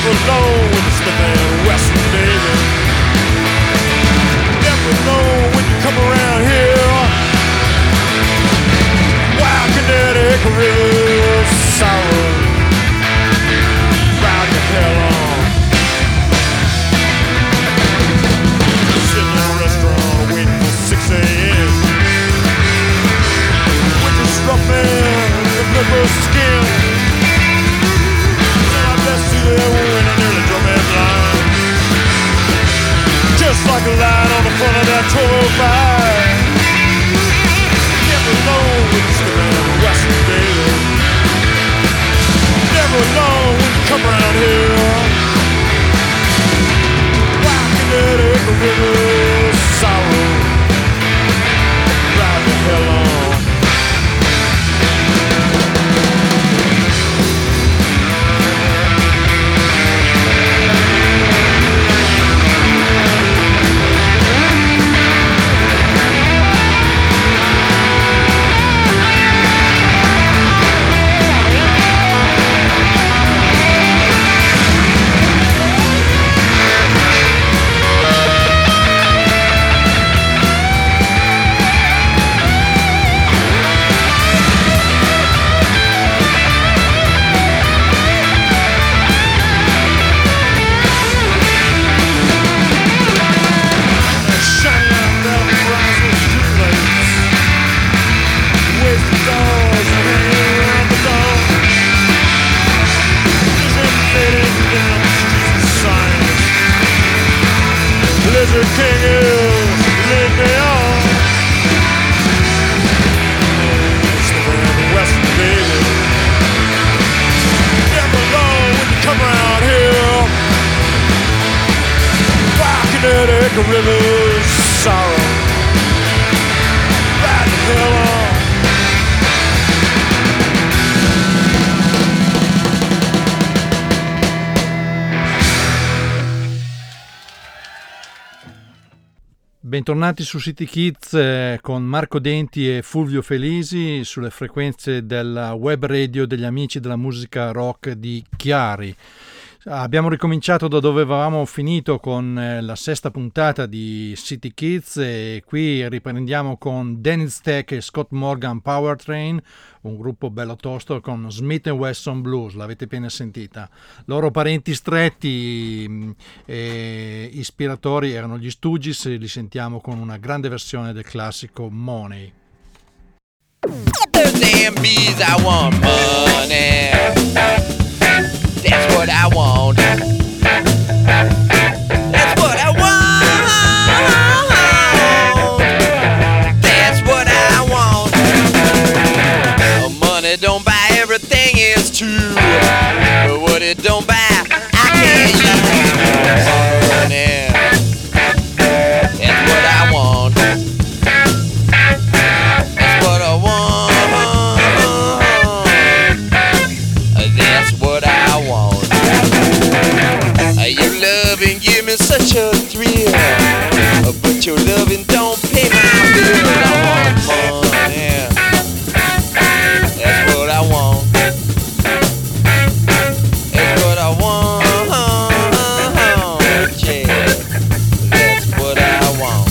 Never alone with the Smith and Wesson, baby. Never alone when you come around here. Wild kinetic river sorrow. Ride the hell on. Sitting in a restaurant waiting for 6 a.m. Winter strumping the river skin. There when I nearly drove that line. Just like a light on the front of that 1205. Never alone when you slip in the Western, baby. Never alone when you come around here. Walking that acre river sorrow. Ride the hell on. Bentornati su City Kids con Marco Denti e Fulvio Felisi sulle frequenze della web radio degli amici della musica rock di Chiari. Abbiamo ricominciato da dove avevamo finito con la sesta puntata di City Kids e qui riprendiamo con Dennis Tech e Scott Morgan Powertrain, un gruppo bello tosto con Smith & Wesson Blues, l'avete appena sentita. Loro parenti stretti e ispiratori erano gli Stooges e li sentiamo con una grande versione del classico Money. I want money. That's what I want. That's what I want. That's what I want. Money don't buy everything, it's true. But what it don't buy, I can't use. Money. That's what I want. That's what I want. That's what I want. Your loving give me such a thrill, but your loving don't pay my bill. I want money. That's what I want. That's what I want. Yeah, that's what I want.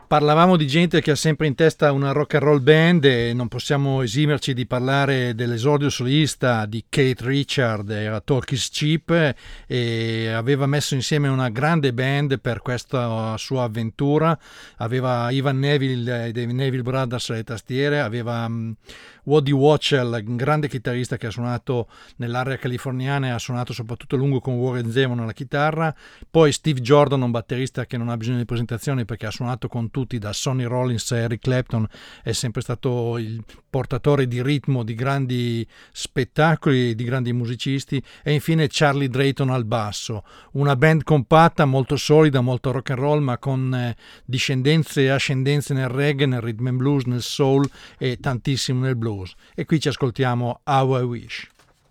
Parlavamo di gente che ha sempre in testa una rock and roll band e non possiamo esimerci di parlare dell'esordio solista di Keith Richards. Era Talk is Cheap e aveva messo insieme una grande band per questa sua avventura. Aveva Ivan Neville dei Neville Brothers alle tastiere, aveva Woody Watchell, un grande chitarrista che ha suonato nell'area californiana e ha suonato soprattutto a lungo con Warren Zevon alla chitarra, poi Steve Jordan, un batterista che non ha bisogno di presentazioni perché ha suonato con tutti, da Sonny Rollins a Eric Clapton, è sempre stato il portatore di ritmo di grandi spettacoli, di grandi musicisti, e infine Charlie Drayton al basso. Una band compatta, molto solida, molto rock and roll, ma con discendenze e ascendenze nel reggae, nel rhythm and blues, nel soul e tantissimo nel blues. E qui ci ascoltiamo How I Wish.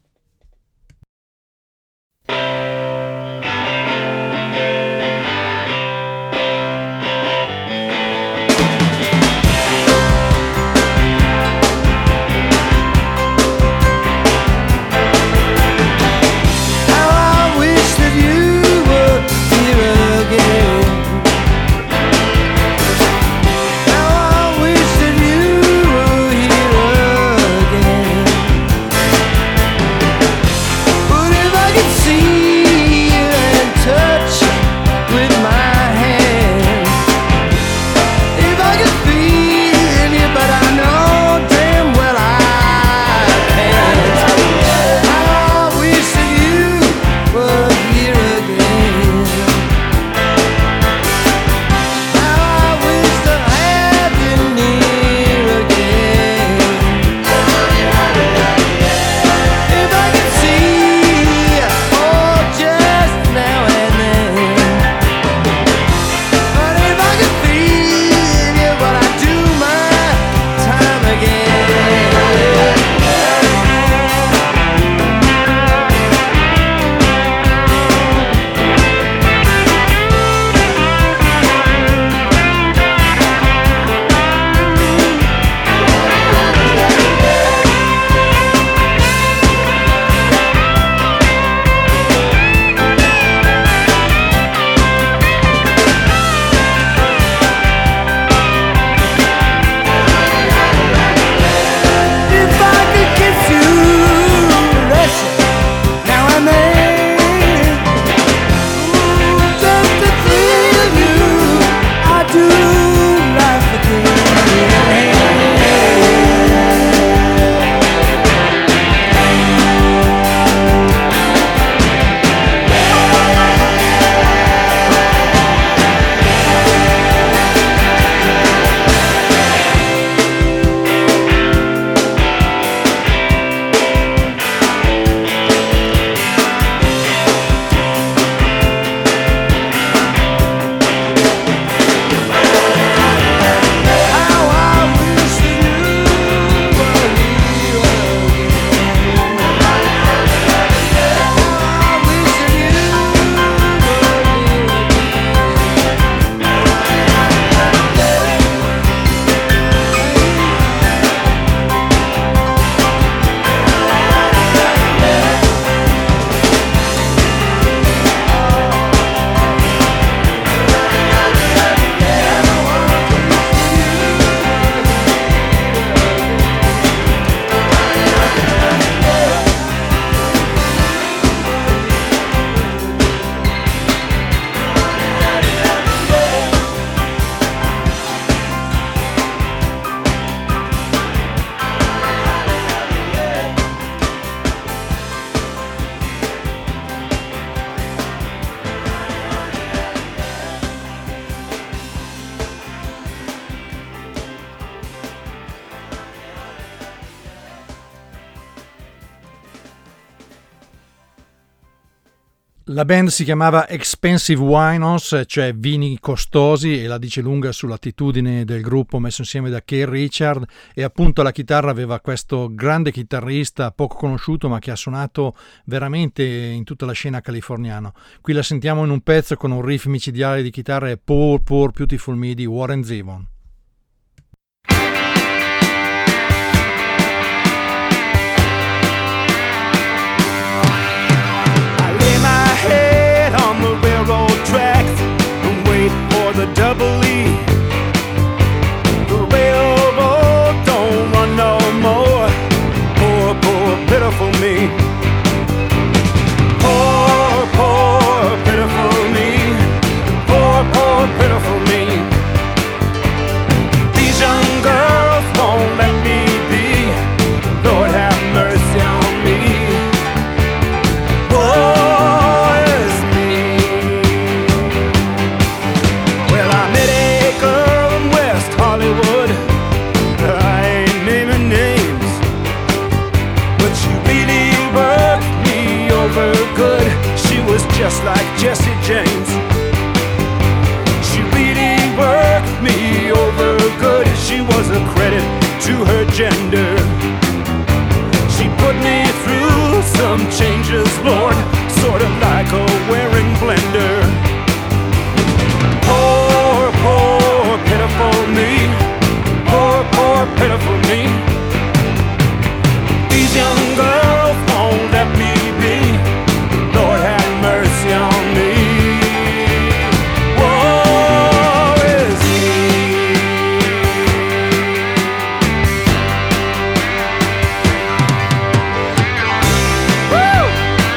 La band si chiamava Expensive Winos, cioè vini costosi, e la dice lunga sull'attitudine del gruppo messo insieme da Keith Richards, e appunto la chitarra aveva questo grande chitarrista poco conosciuto ma che ha suonato veramente in tutta la scena californiana. Qui la sentiamo in un pezzo con un riff micidiale di chitarra e Poor Poor Beautiful Me di Warren Zevon. Head on the railroad tracks and wait for the double E. James. She really worked me over good. She was a credit to her gender. She put me through some changes, Lord, sort of like a wearing blender. Poor, poor, pitiful me. Poor, poor, pitiful me. These young girls won't let me be. Lord have mercy on me. Woe is me. Woo!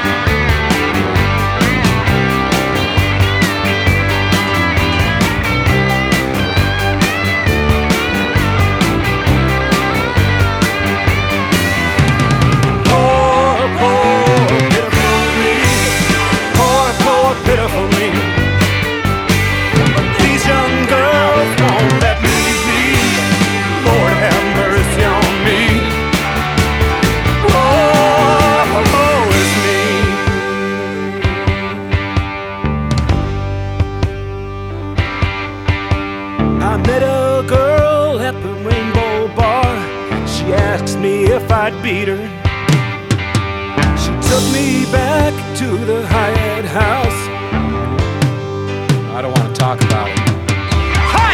I met a girl at the Rainbow Bar. She asked me if I'd beat her. She took me back to the Hyatt House. I don't want to talk about it. Hot!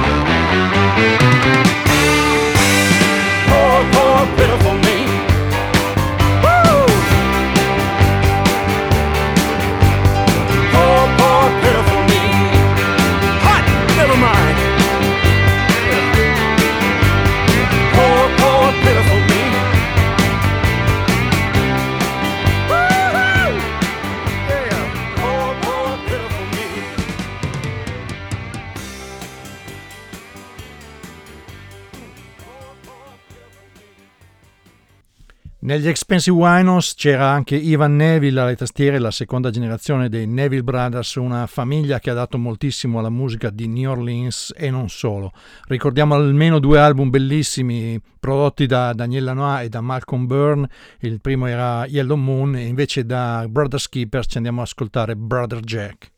Poor, poor, pitiful me. Woo! Poor, poor, pitiful me. Hot! Never mind. Poor, poor, pitiful me. Woo-hoo! Yeah. Poor, poor, pitiful me. Negli Expensive Winos c'era anche Ivan Neville alle tastiere, la seconda generazione dei Neville Brothers, una famiglia che ha dato moltissimo alla musica di New Orleans e non solo. Ricordiamo almeno 2 album bellissimi prodotti da Daniel Lanois e da Malcolm Byrne. Il primo era Yellow Moon e invece da Brother Skippers ci andiamo ad ascoltare Brother Jack.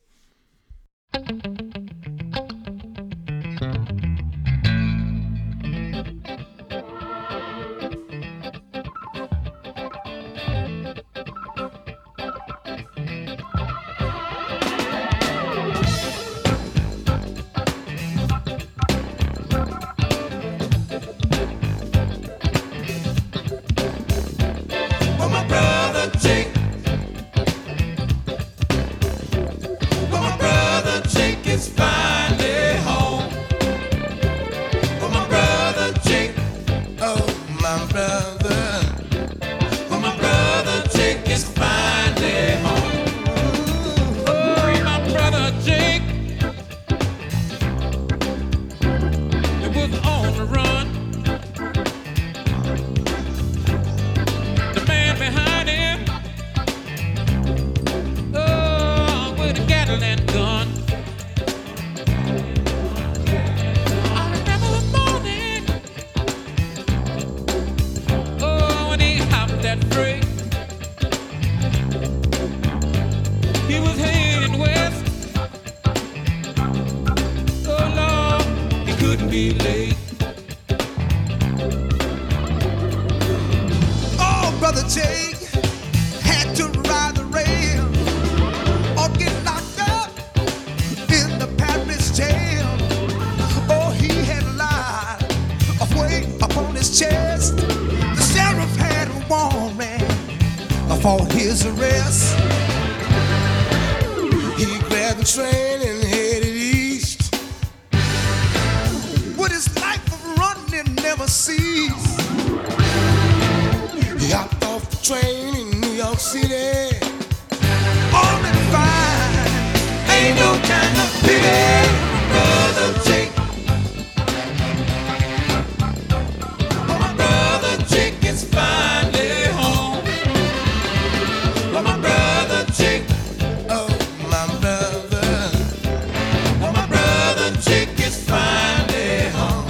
For his arrest, he grabbed the train and headed east. What his life of running never ceased. He hopped off the train in New York City. All in fine, ain't no kind of pity. Brother Jake, my brother Jake is finally home. My brother Jake, oh my brother Jake is finally home.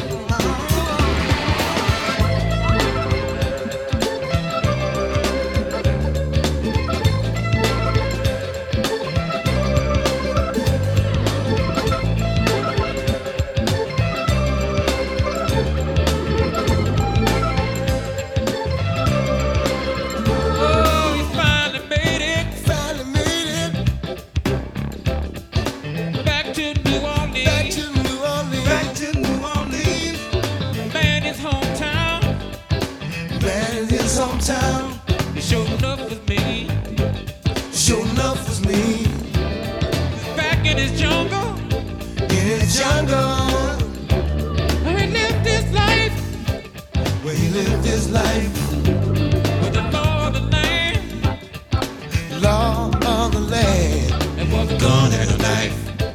town. Sure enough was me. Sure enough was me. Back in his jungle. In his jungle. Where he lived his life. Where he lived his life. With the law of the land. Law of the land. And was a gun and a knife.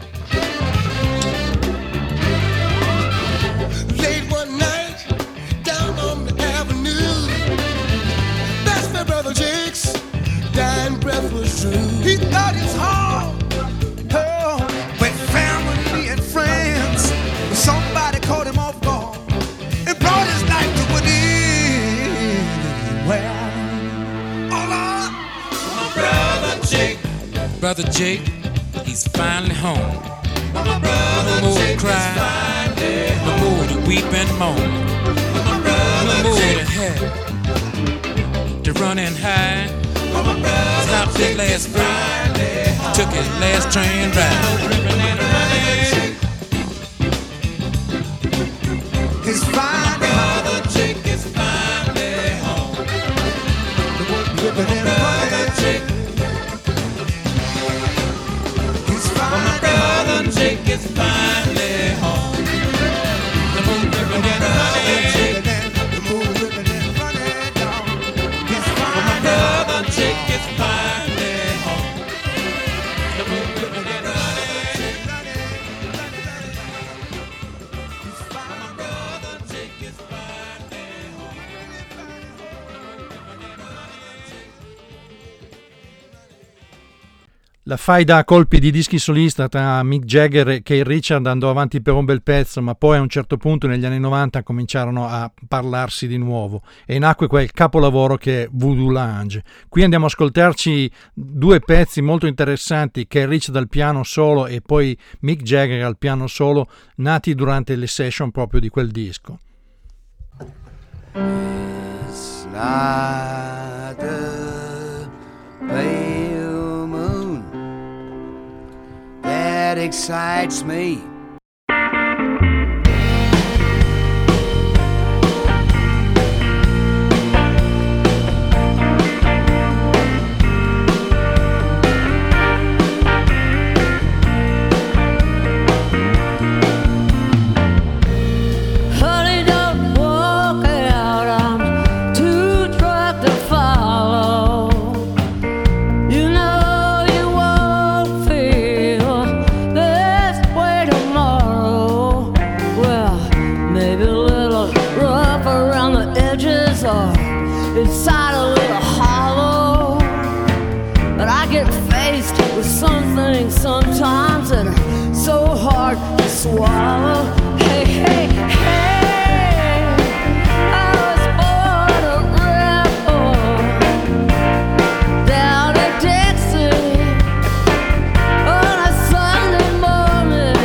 Late one night, down on the avenue, that's my brother Jake's dying breath was true. He thought his home, with family and friends, but somebody caught him off guard and brought his life to an end. Well, oh Lord, My brother Jake. Brother Jake, he's finally home. My brother no more to cry. No more to weep and moan. No more to have to run and hide. Stopped his last breath. Took his last train ride. his finally home. Jake is finally home. Living in Brother Jake. He's finally Brother Jake is finally home. The moon ripping and running. the moon ripping and running down. He's finally Brother Jake is finally home. The moon ripping and running. Brother Jake is finally home. La faida a colpi di dischi solista tra Mick Jagger e Keith Richards andò avanti per un bel pezzo, ma poi a un certo punto negli anni 90 cominciarono a parlarsi di nuovo e nacque quel capolavoro che è Voodoo Lounge. Qui andiamo a ascoltarci due pezzi molto interessanti, Keith Richards al piano solo e poi Mick Jagger al piano solo, nati durante le session proprio di quel disco. It's not the pale moon that excites me. Honey, don't walk out, I'm too drunk to follow. You know you won't feel this way tomorrow. Well, maybe a little rough around the edges or inside a little hollow. But I get faced with some things sometimes that are so hard to swallow. Hey, hey, hey, I was born a rebel down in Dixie on a Sunday morning.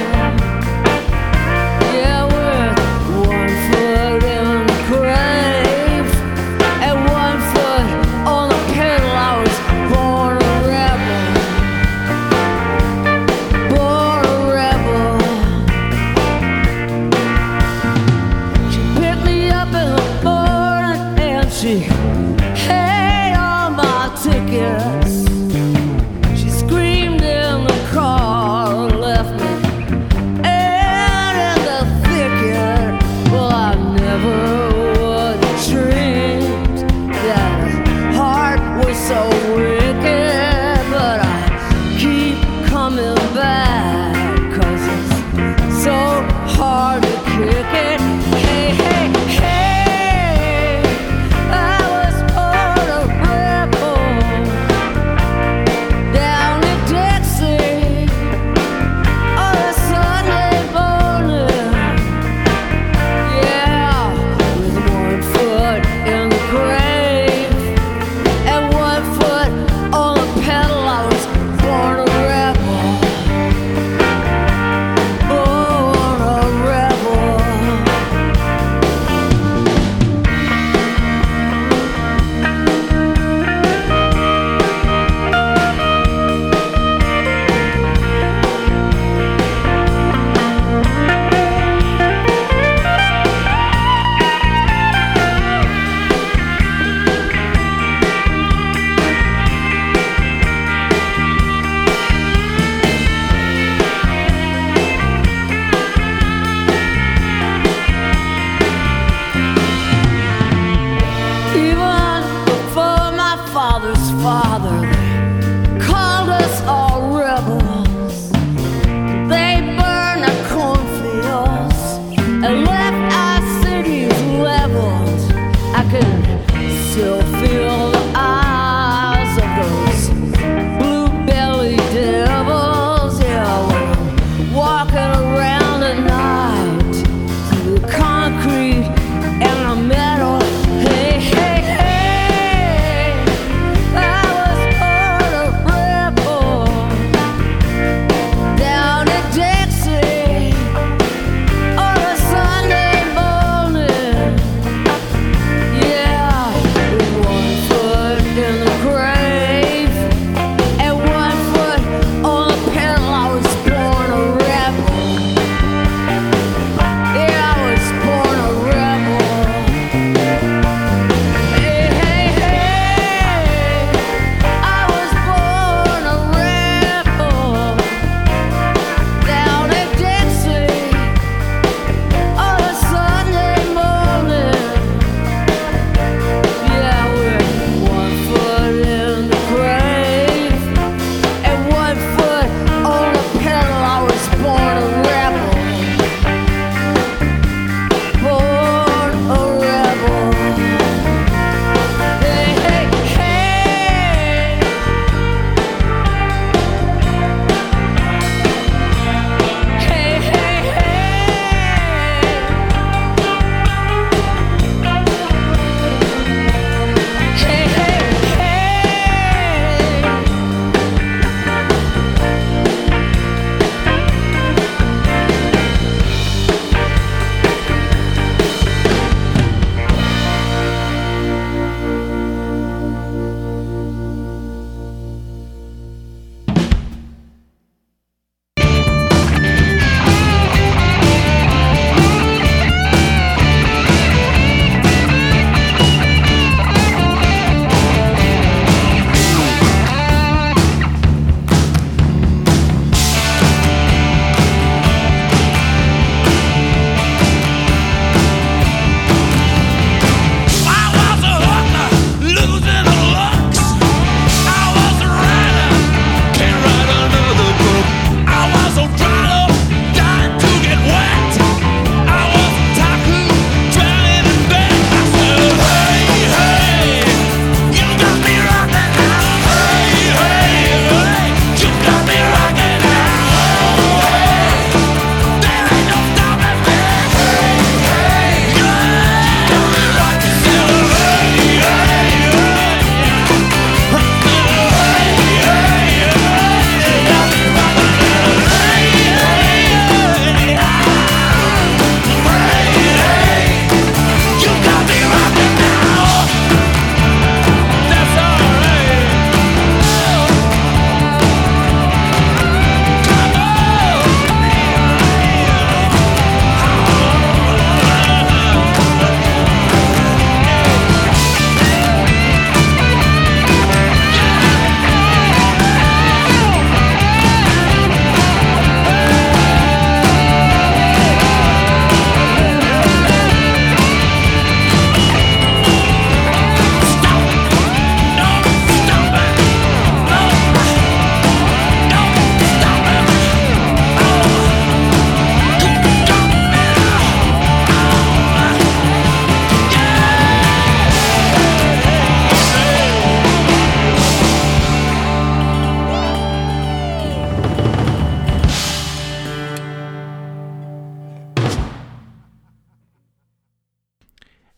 Yeah, with one foot in the grave and one foot on the pedal. I was born a rebel, born a rebel. She picked me up in the morning and she had all my tickets. She screamed in the car and left me out in the thicket. Well, I never would have dreamed that her heart was so wicked, but I keep coming back 'cause it's so hard to kick it. Hey, hey, hey, I was born a rebel down in Dixie on a Sunday morning. Yeah, with one foot in the grave and one foot on the pedal. I was born a rebel.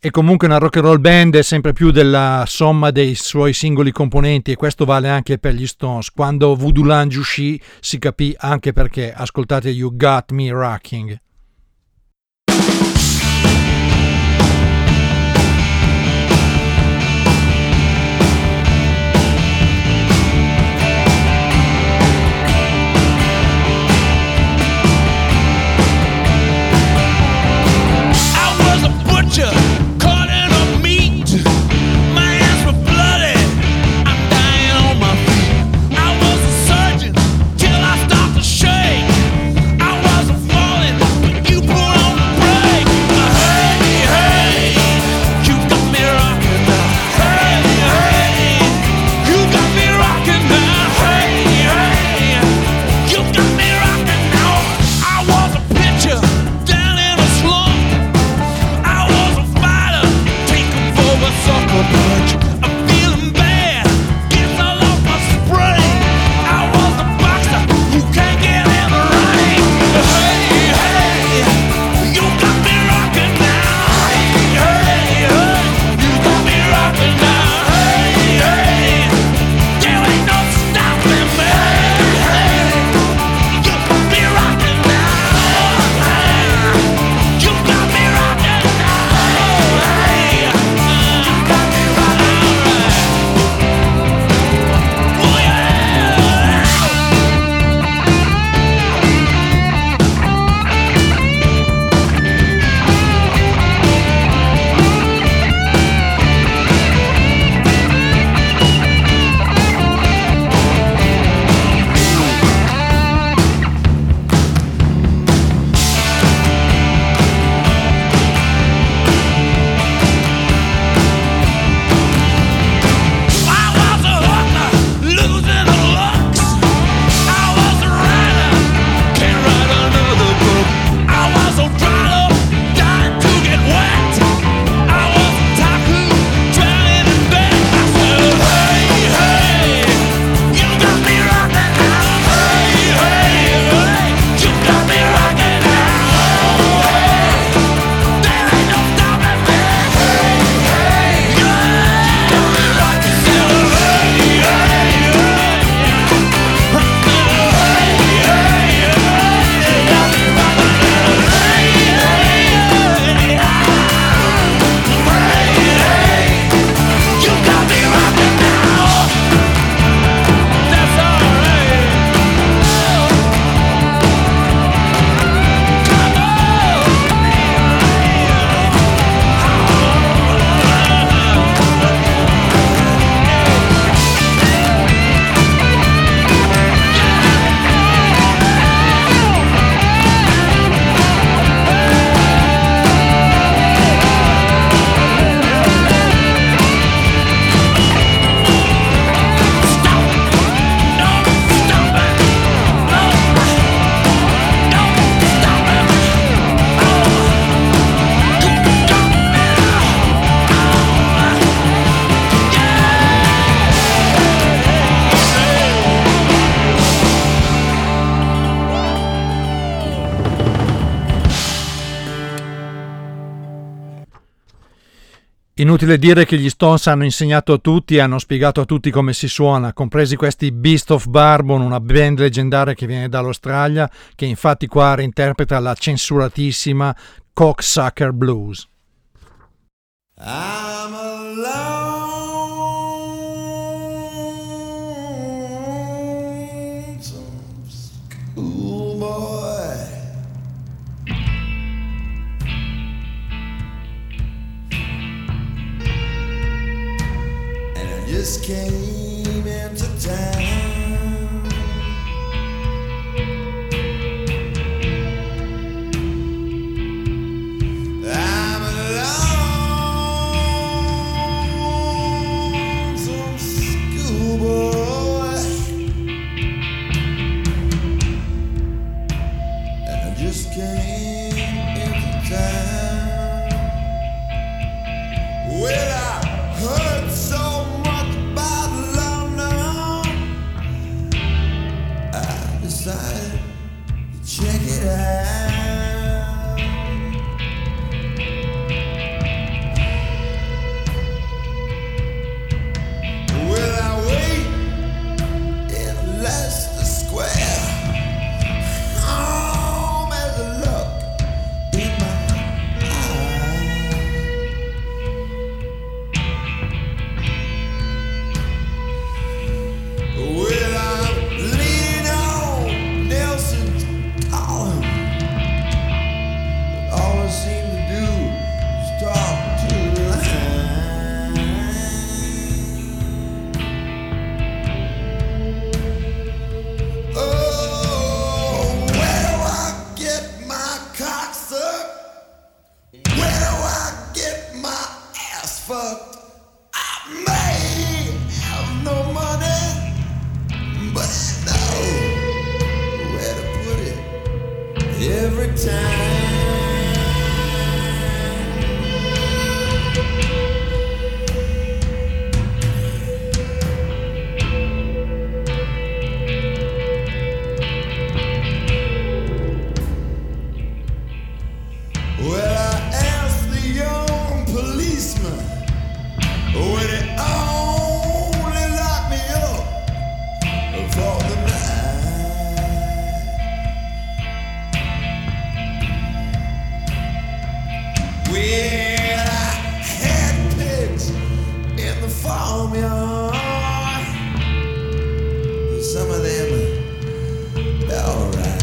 E comunque una rock and roll band è sempre più della somma dei suoi singoli componenti, e questo vale anche per gli Stones. Quando Voodoo Lounge uscì si capì anche perché. Ascoltate You Got Me Rocking. Caught in a meat, my hands were bloody, I'm dying on my feet. I was a surgeon till I stopped to shake. I wasn't falling, but you pulled on the brake. Hey, hey, you got me rocking now. Hey, hey, you got me rocking now. Hey, hey, you got me rocking now. I was a pitcher down in a slump. Sucker punch. I'm feeling bad. Guess I lost my spring. I was a boxer who can't get in the ring. Hey, hey, you got me rocking now. Hey, hey, hey, you got me rocking now. Hey, hey, there ain't no stopping me. Hey, you got me rocking now. Hey, you got me rocking now. Hey. Inutile dire che gli Stones hanno insegnato a tutti e hanno spiegato a tutti come si suona, compresi questi Beast of Bourbon, una band leggendaria che viene dall'Australia, che infatti qua reinterpreta la censuratissima Cocksucker Blues. I'm alone, some schoolboy, and I just came into town. I'm alone, some schoolboy, and I just came into town. Well, I heard so much about London, I decided to check it out. every time. Well, I asked the young policeman when he only locked me up for the night. Well, I had pigs in the farmyard. Some of them are alright.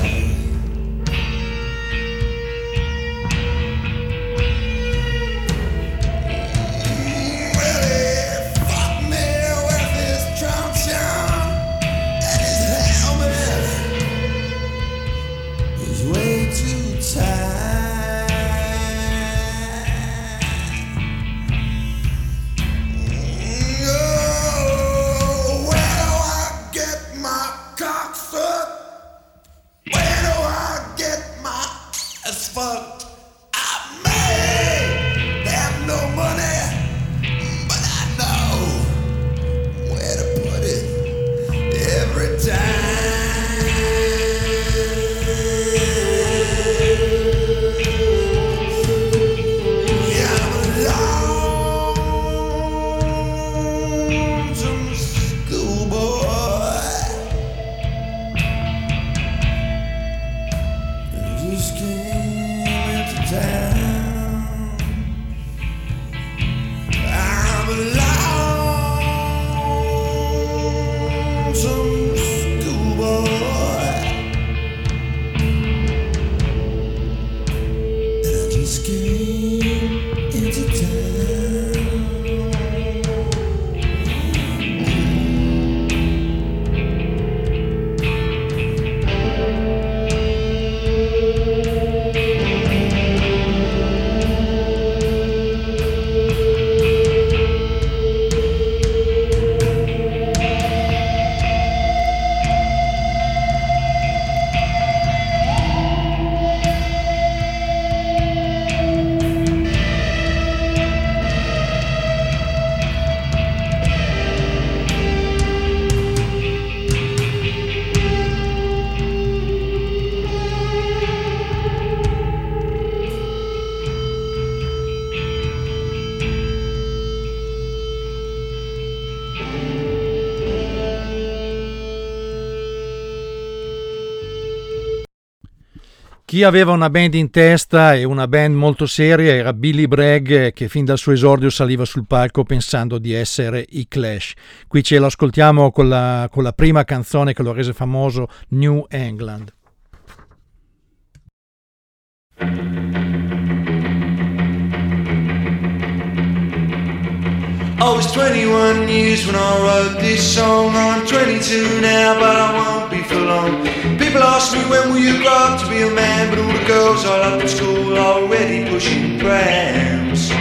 Chi aveva una band in testa e una band molto seria era Billy Bragg, che fin dal suo esordio saliva sul palco pensando di essere i Clash. Qui ce lo ascoltiamo con la prima canzone che lo rese famoso, New England. I was 21 years when I wrote this song. I'm 22 now, but I won't be for long. People ask me when will you grow up to be a man, but all the girls I loved at school are already pushing prams.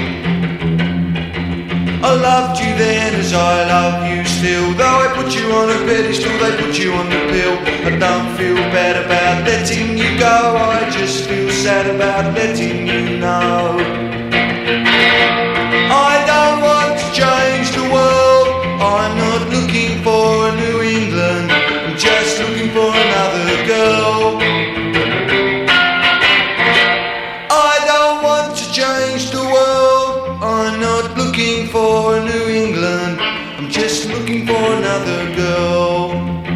I loved you then as I love you still. Though I put you on a pedestal, they put you on the pill. I don't feel bad about letting you go, I just feel sad about letting you know. I don't want to change the world, I'm not looking for a New England, I'm just looking for another girl. I don't want to change the world, I'm not looking for a New England, I'm just looking for another girl.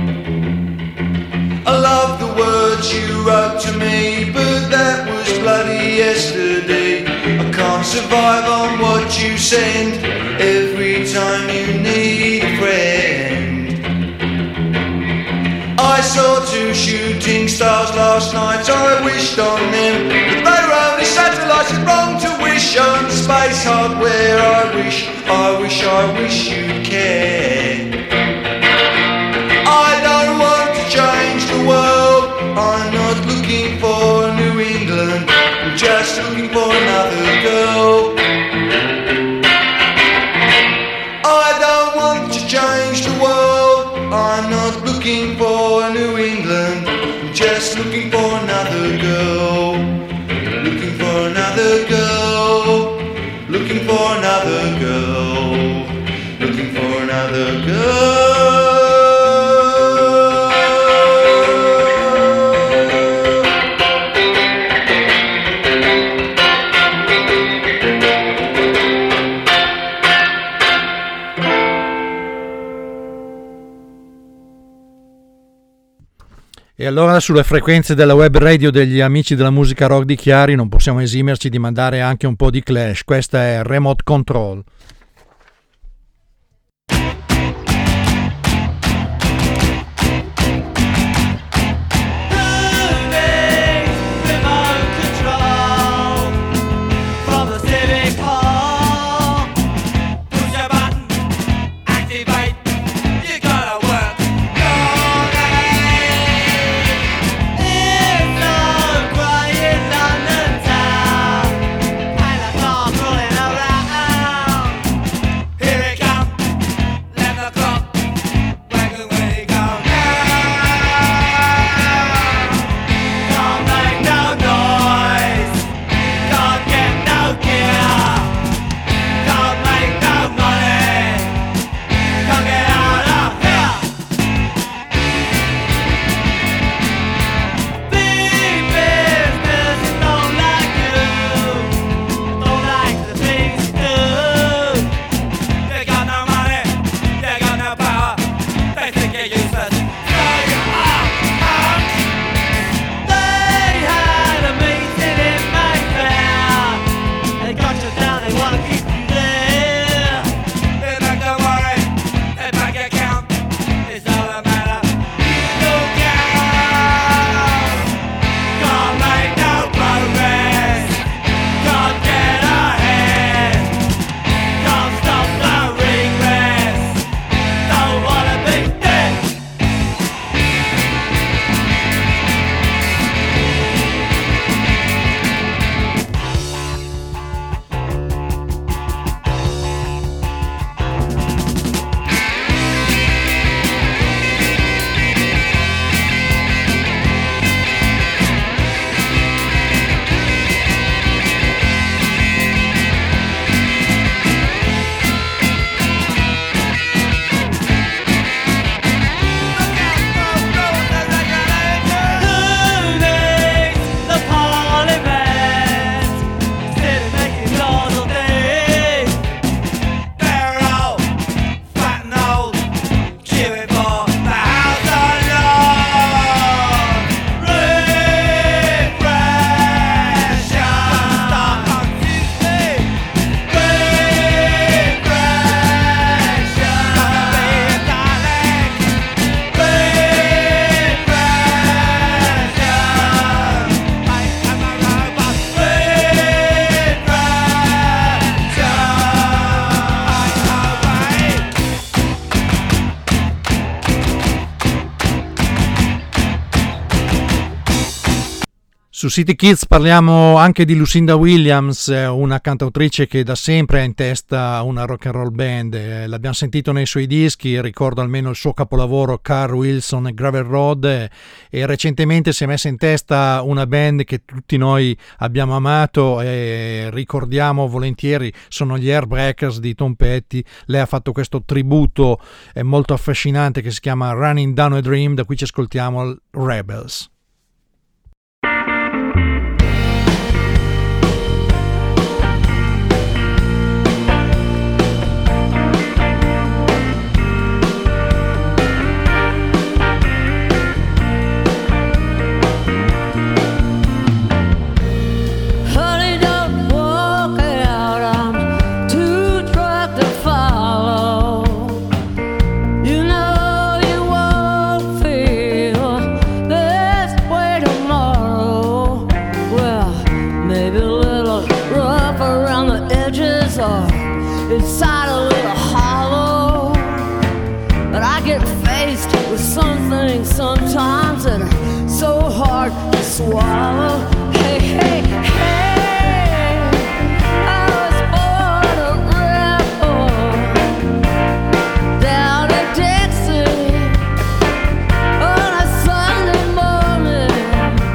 I love the words you wrote to me, but that was bloody yesterday. I can't survive on what you send every time you need a friend. I saw 2 shooting stars last night, I wished on them, but they were only satellites. It's wrong to wish on space hardware. I wish you'd care. I don't want to change the world, I'm not looking for New England, I'm just looking for another girl. I don't want to change the world, I'm not looking for New England, I'm just looking looking for another girl, looking for another girl, looking for another girl, looking for another girl. E allora sulle frequenze della web radio degli amici della musica rock di Chiari non possiamo esimerci di mandare anche un po' di Clash. Questa è Remote Control. Su City Kids parliamo anche di Lucinda Williams, una cantautrice che da sempre ha in testa una rock and roll band. L'abbiamo sentito nei suoi dischi, ricordo almeno il suo capolavoro Carl Wilson e Gravel Road, e recentemente si è messa in testa una band che tutti noi abbiamo amato e ricordiamo volentieri, sono gli Airbreakers di Tom Petty. Lei ha fatto questo tributo molto affascinante che si chiama Running Down a Dream, da cui ci ascoltiamo Rebels. Sometimes that are so hard to swallow. Hey, hey, hey, I was born a rebel down in Dixie on a Sunday morning.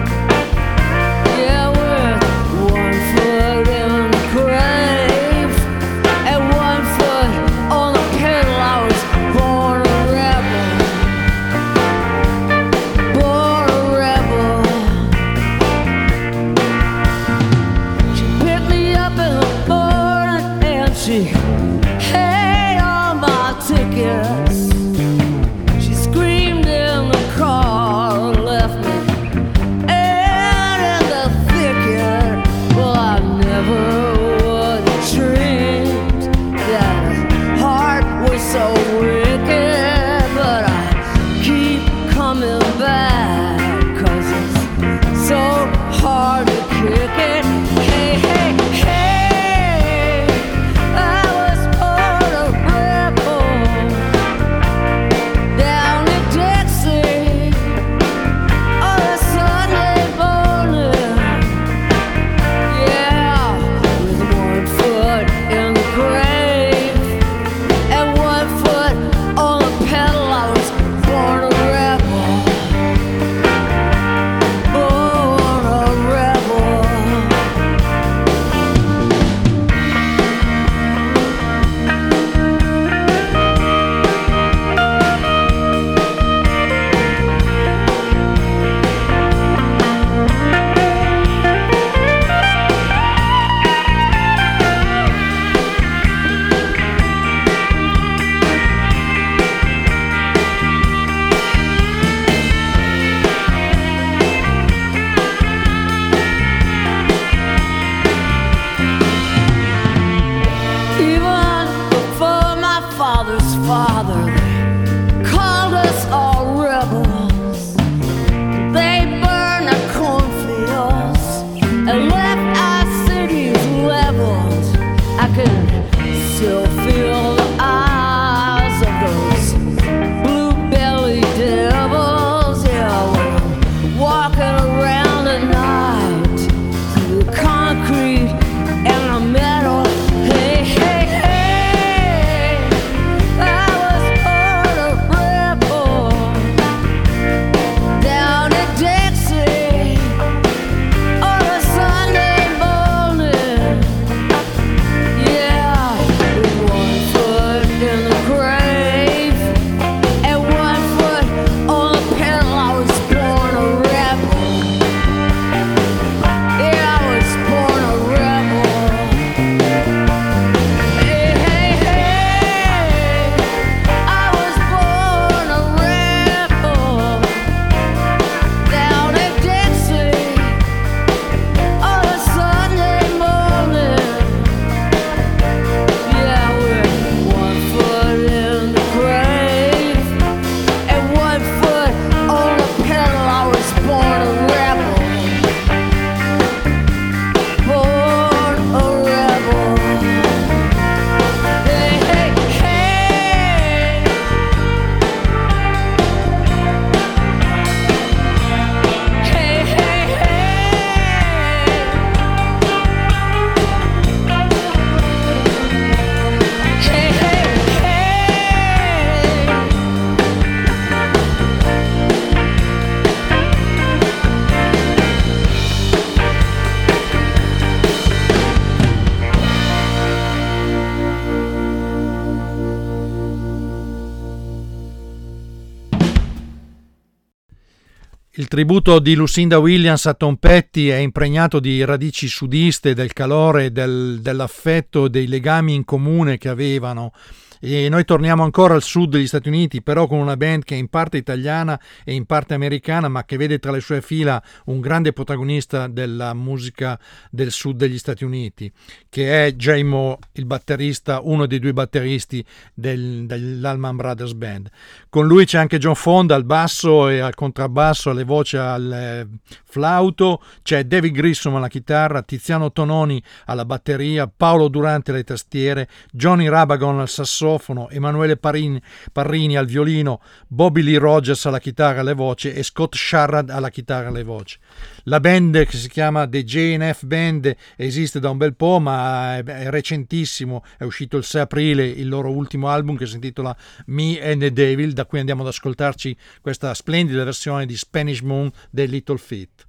Il tributo di Lucinda Williams a Tom Petty è impregnato di radici sudiste, del calore, dell'affetto, dei legami in comune che avevano. E noi torniamo ancora al sud degli Stati Uniti, però con una band che è in parte italiana e in parte americana, ma che vede tra le sue fila un grande protagonista della musica del sud degli Stati Uniti, che è Jay Moore, il batterista, uno dei due batteristi dell'Allman Brothers Band. Con lui c'è anche John Fonda al basso e al contrabbasso, alle voci, al flauto, c'è David Grissom alla chitarra, Tiziano Tononi alla batteria, Paolo Durante alle tastiere, Johnny Rabagon al sassofono, Emanuele Parrini al violino, Bobby Lee Rogers alla chitarra e alle voci e Scott Sharrad alla chitarra e alle voci. La band, che si chiama The J&F Band, esiste da un bel po', ma è recentissimo, è uscito il 6 aprile il loro ultimo album che si intitola Me and the Devil, da cui andiamo ad ascoltarci questa splendida versione di Spanish Moon dei Little Feat.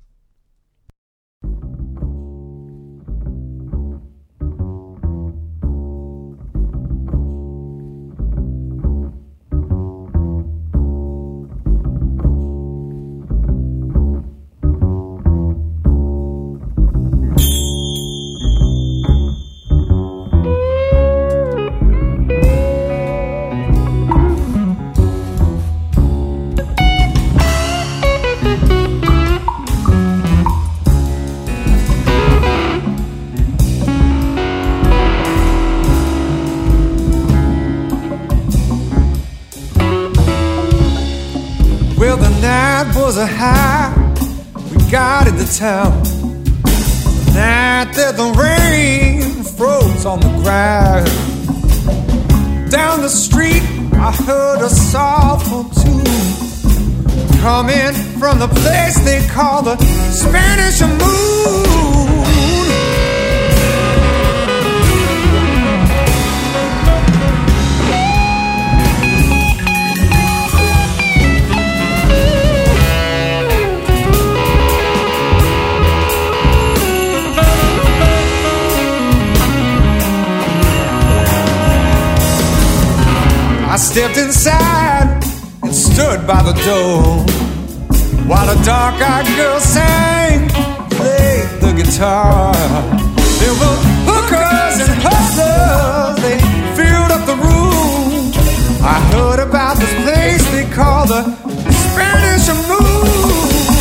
Well, the night was a high, we got into town. The night that the rain froze on the ground. Down the street, I heard a soulful tune coming from the place they call the Spanish Moon. I stepped inside and stood by the door while a dark-eyed girl sang, played the guitar. There were hookers and hustlers, they filled up the room. I heard about this place they call the Spanish Moon.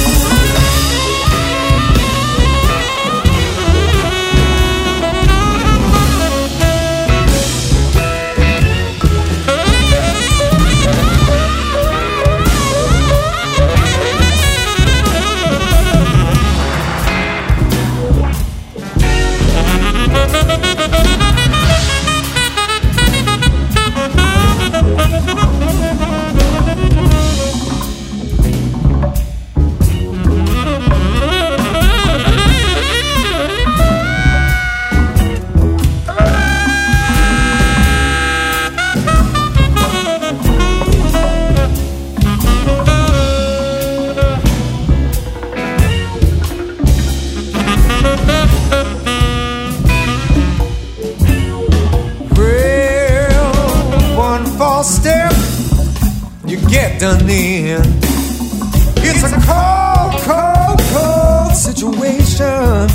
Step, you get done in. It's a cold, cold, cold situation.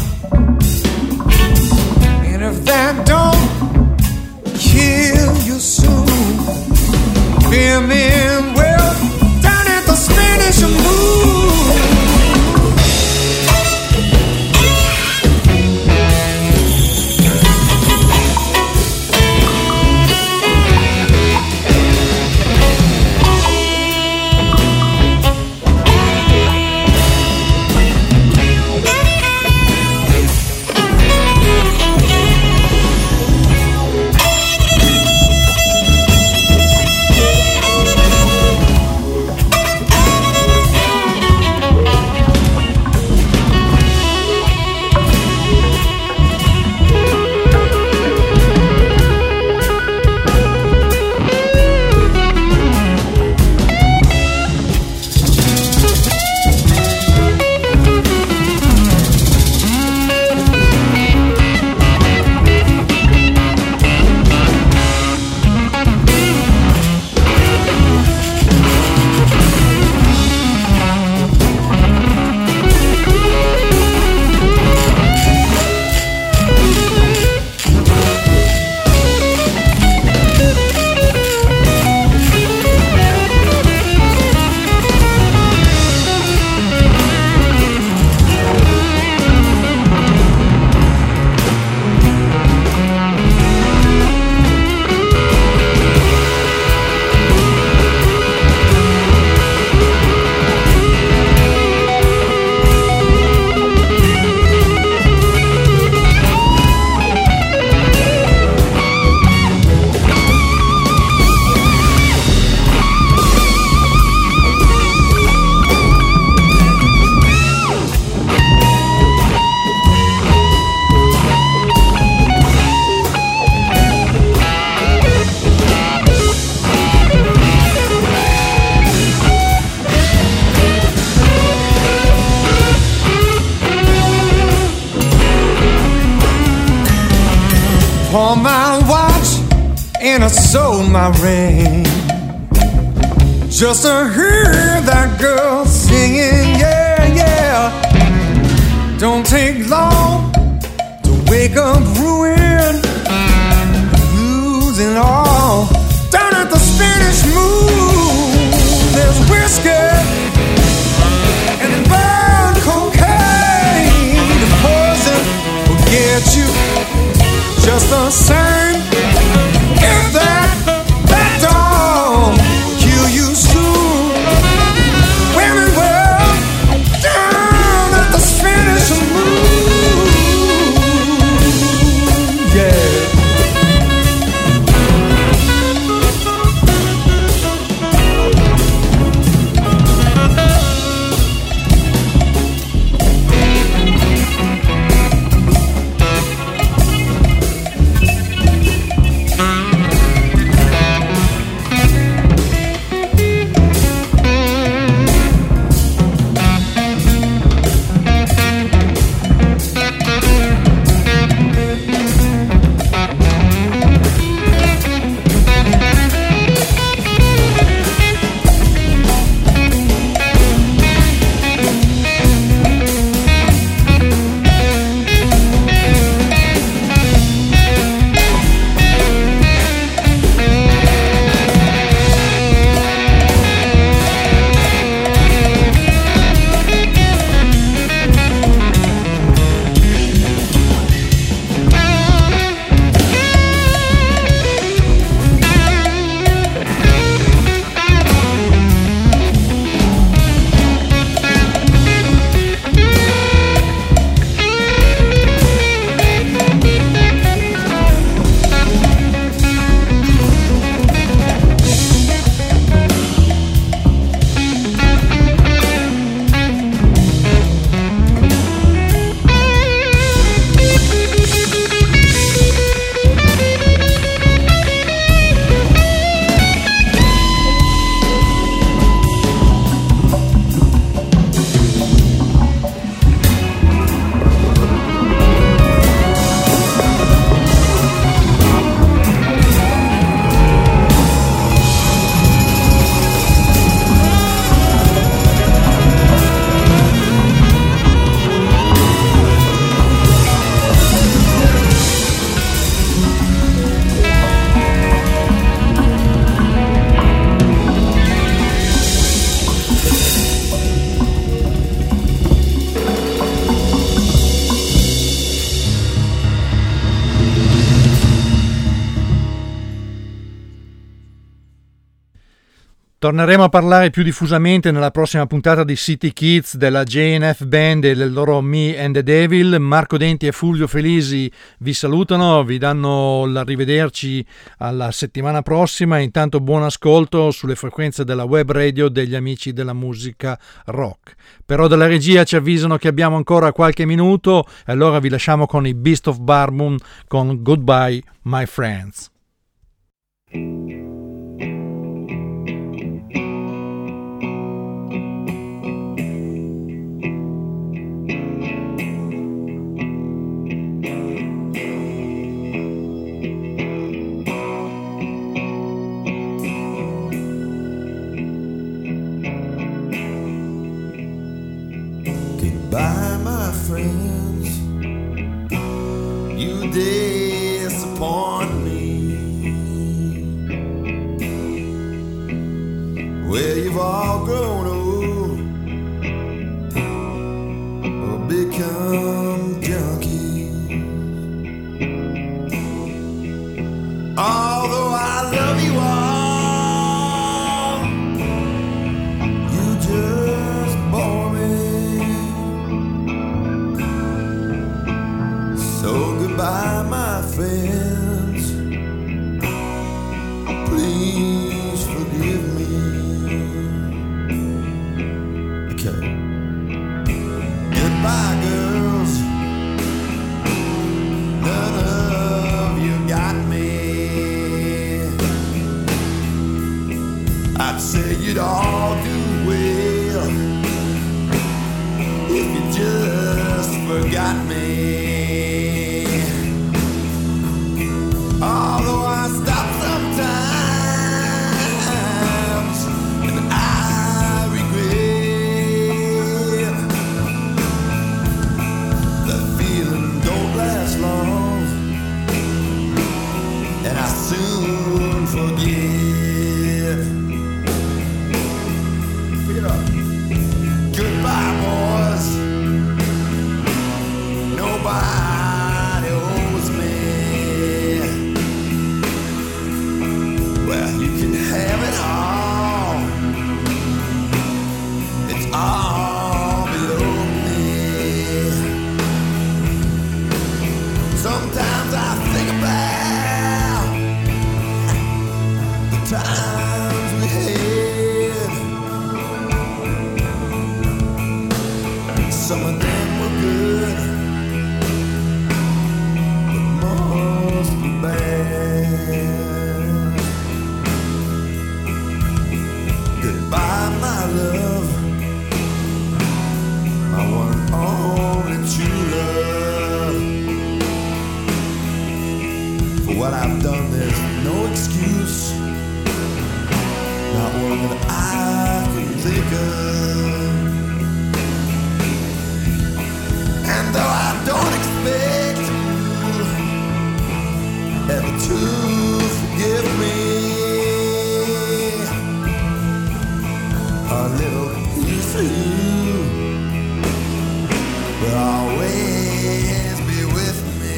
And if that don't kill you soon, fear me well down at the Spanish Moon. pawned my watch and I sold my ring just to hear that girl singing, yeah, yeah. Don't take long to wake up ruined, losing all. Down at the Spanish Moon, there's whiskey and burn cocaine. The poison will get you just the same. If that don't kill you soon, women will down at the Spanish Moon, yeah. Torneremo a parlare più diffusamente nella prossima puntata di City Kids della JNF Band e del loro Me and the Devil. Marco Denti e Fulvio Felisi vi salutano, vi danno l'arrivederci alla settimana prossima. Intanto buon ascolto sulle frequenze della web radio degli amici della musica rock. Però dalla regia ci avvisano che abbiamo ancora qualche minuto e allora vi lasciamo con i Beast of Barmon con Goodbye My Friends. Goodbye, my friends. You disappoint me. Well, you've all grown old or become junkies. Although I love you all, you just bore me. So goodbye, my friends. Please forgive me. Okay. Goodbye, girls. None of you got me. I'd say you'd all do well if you just forgot me. soon forget. Pick it up. Goodbye, boys. Nobody owes me. Well, you can have it all. It's all below me. Sometimes I think about the times we had. Some of them were good, but most were bad. Goodbye, my love, my one and only true love. For what I've done, there's no excuse, not one that I can think of. And though I don't expect you ever to forgive me, a little piece of you will always be with me.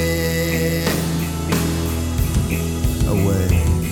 Away.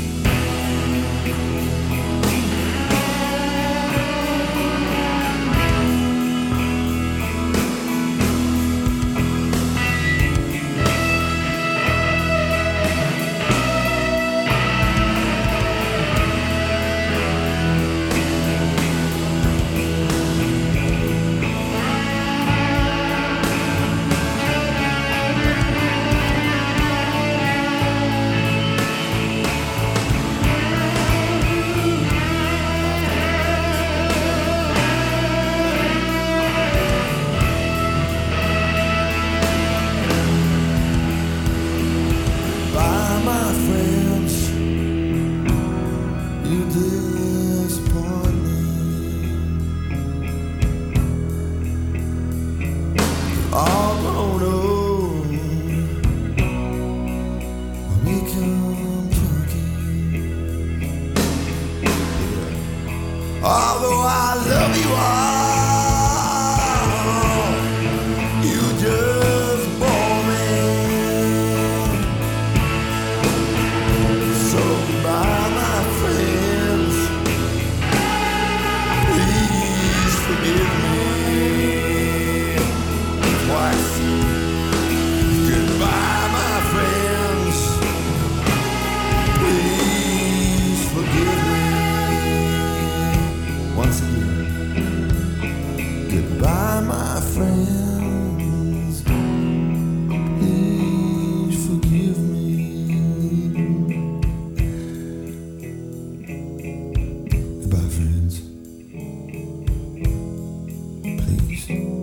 Although I love you all, you just bore me. So goodbye, my friends, please forgive me twice. Goodbye, my friends, please forgive me once again. Goodbye, my friends, please forgive me. Goodbye, friends, please.